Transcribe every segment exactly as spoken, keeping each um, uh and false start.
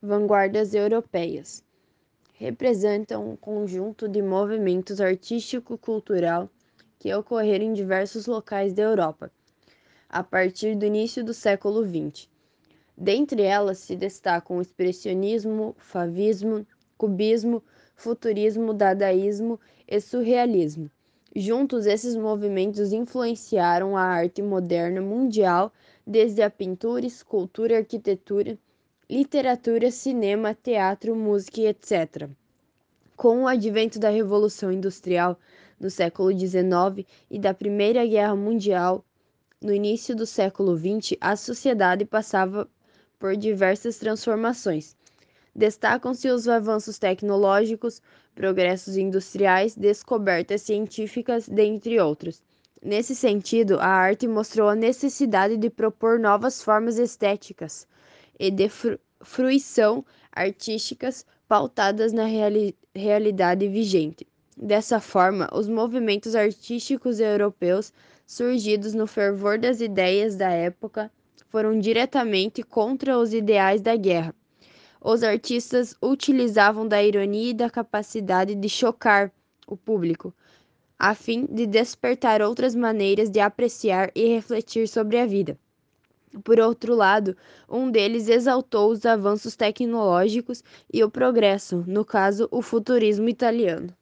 Vanguardas europeias. Representam um conjunto de movimentos artístico-cultural que ocorreram em diversos locais da Europa, a partir do início do século vinte. Dentre elas se destacam o expressionismo, favismo, cubismo, futurismo, dadaísmo e surrealismo. Juntos, esses movimentos influenciaram a arte moderna mundial, desde a pintura, escultura, arquitetura, literatura, cinema, teatro, música e etcétera. Com o advento da Revolução Industrial no século dezenove e da Primeira Guerra Mundial, no início do século vinte, a sociedade passava por diversas transformações. Destacam-se os avanços tecnológicos, progressos industriais, descobertas científicas, dentre outros. Nesse sentido, a arte mostrou a necessidade de propor novas formas estéticas e de fru fruição artísticas pautadas na reali realidade vigente. Dessa forma, os movimentos artísticos europeus, surgidos no fervor das ideias da época, foram diretamente contra os ideais da guerra. Os artistas utilizavam da ironia e da capacidade de chocar o público, a fim de despertar outras maneiras de apreciar e refletir sobre a vida. Por outro lado, um deles exaltou os avanços tecnológicos e o progresso, no caso, o futurismo italiano.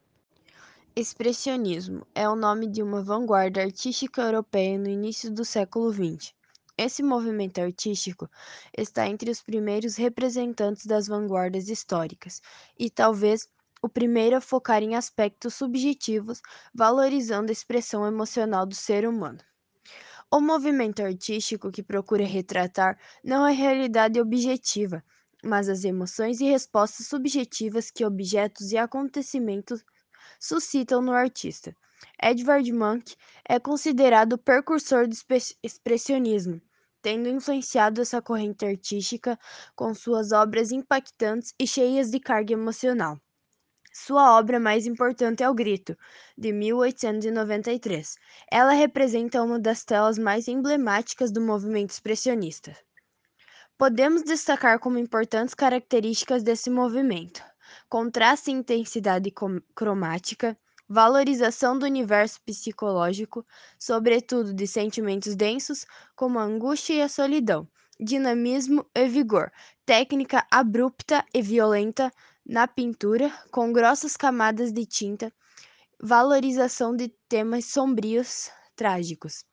Expressionismo é o nome de uma vanguarda artística europeia no início do século vinte. Esse movimento artístico está entre os primeiros representantes das vanguardas históricas e talvez o primeiro a focar em aspectos subjetivos, valorizando a expressão emocional do ser humano. O movimento artístico que procura retratar não a realidade objetiva, mas as emoções e respostas subjetivas que objetos e acontecimentos suscitam no artista. Edvard Munch é considerado o precursor do expressionismo, tendo influenciado essa corrente artística com suas obras impactantes e cheias de carga emocional. Sua obra mais importante é O Grito, de mil oitocentos e noventa e três. Ela representa uma das telas mais emblemáticas do movimento expressionista. Podemos destacar como importantes características desse movimento: contraste e intensidade cromática, valorização do universo psicológico, sobretudo de sentimentos densos como a angústia e a solidão, dinamismo e vigor, técnica abrupta e violenta na pintura, com grossas camadas de tinta, valorização de temas sombrios, trágicos.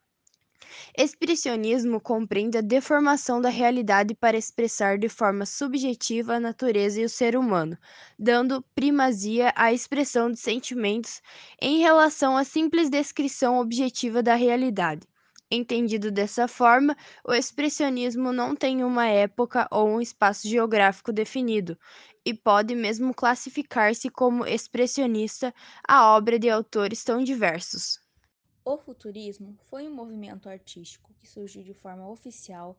Expressionismo compreende a deformação da realidade para expressar de forma subjetiva a natureza e o ser humano, dando primazia à expressão de sentimentos em relação à simples descrição objetiva da realidade. Entendido dessa forma, o expressionismo não tem uma época ou um espaço geográfico definido, e pode mesmo classificar-se como expressionista a obra de autores tão diversos. O futurismo foi um movimento artístico que surgiu de forma oficial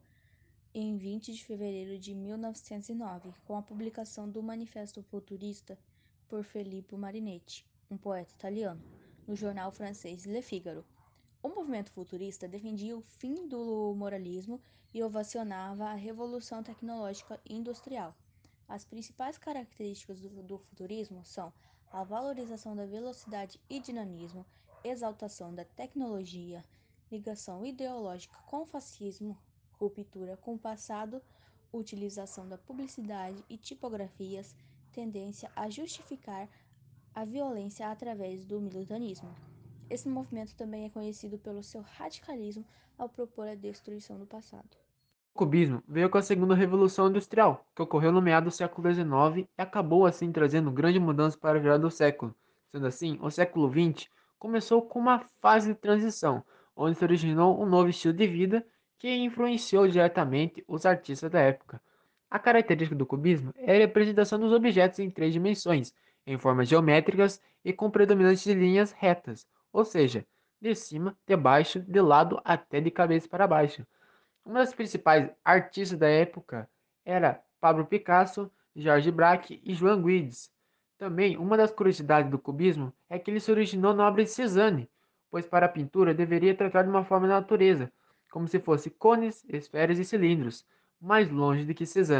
em vinte de fevereiro de mil novecentos e nove, com a publicação do Manifesto Futurista por Filippo Marinetti, um poeta italiano, no jornal francês Le Figaro. O movimento futurista defendia o fim do moralismo e ovacionava a revolução tecnológica e industrial. As principais características do, do futurismo são a valorização da velocidade e dinamismo, exaltação da tecnologia, ligação ideológica com o fascismo, ruptura com o passado, utilização da publicidade e tipografias, tendência a justificar a violência através do militarismo. Esse movimento também é conhecido pelo seu radicalismo ao propor a destruição do passado. O cubismo veio com a segunda revolução industrial, que ocorreu no meado do século dezenove e acabou assim trazendo grande mudança para a virada do século. Sendo assim, o século vinte começou com uma fase de transição, onde se originou um novo estilo de vida que influenciou diretamente os artistas da época. A característica do cubismo é a representação dos objetos em três dimensões, em formas geométricas e com predominantes de linhas retas, ou seja, de cima, de baixo, de lado até de cabeça para baixo. Uma das principais artistas da época era Pablo Picasso, George Braque e Joan Guides. Também, uma das curiosidades do cubismo é que ele se originou na obra de Cézanne, pois para a pintura deveria tratar de uma forma da natureza, como se fosse cones, esferas e cilindros, mais longe do que Cézanne.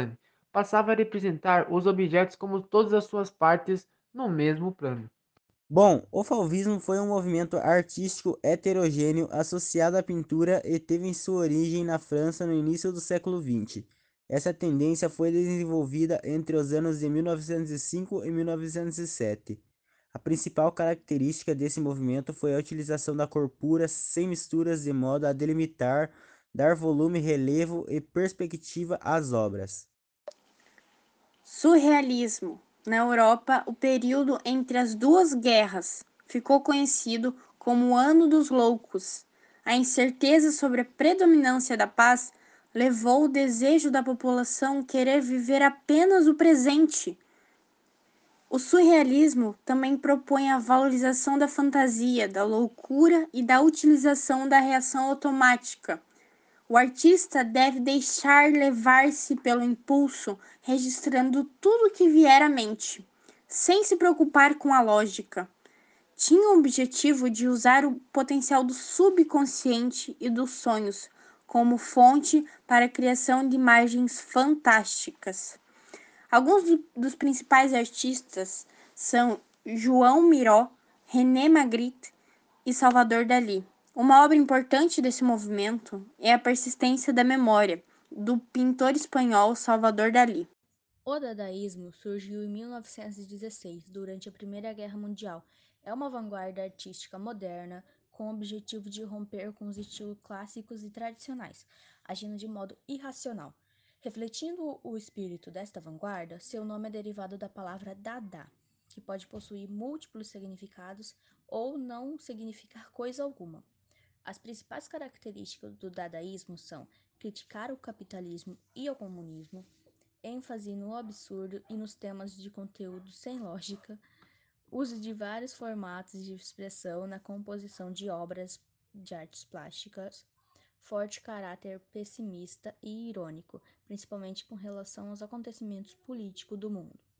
passava a representar os objetos como todas as suas partes no mesmo plano. Bom, o fauvismo foi um movimento artístico heterogêneo associado à pintura e teve sua origem na França no início do século vinte. Essa tendência foi desenvolvida entre os anos de mil novecentos e cinco e mil novecentos e sete. A principal característica desse movimento foi a utilização da cor pura, sem misturas, de modo a delimitar, dar volume, relevo e perspectiva às obras. Surrealismo. Na Europa, o período entre as duas guerras ficou conhecido como o Ano dos Loucos. A incerteza sobre a predominância da paz levou o desejo da população querer viver apenas o presente. O surrealismo também propõe a valorização da fantasia, da loucura e da utilização da reação automática. O artista deve deixar levar-se pelo impulso, registrando tudo que vier à mente, sem se preocupar com a lógica. Tinha o objetivo de usar o potencial do subconsciente e dos sonhos como fonte para a criação de imagens fantásticas. Alguns do, dos principais artistas são João Miró, René Magritte e Salvador Dalí. Uma obra importante desse movimento é a persistência da memória, do pintor espanhol Salvador Dalí. O dadaísmo surgiu em mil novecentos e dezesseis, durante a Primeira Guerra Mundial. É uma vanguarda artística moderna com o objetivo de romper com os estilos clássicos e tradicionais, agindo de modo irracional. Refletindo o espírito desta vanguarda, seu nome é derivado da palavra dada, que pode possuir múltiplos significados ou não significar coisa alguma. As principais características do dadaísmo são criticar o capitalismo e o comunismo, ênfase no absurdo e nos temas de conteúdo sem lógica, uso de vários formatos de expressão na composição de obras de artes plásticas, forte caráter pessimista e irônico, principalmente com relação aos acontecimentos políticos do mundo.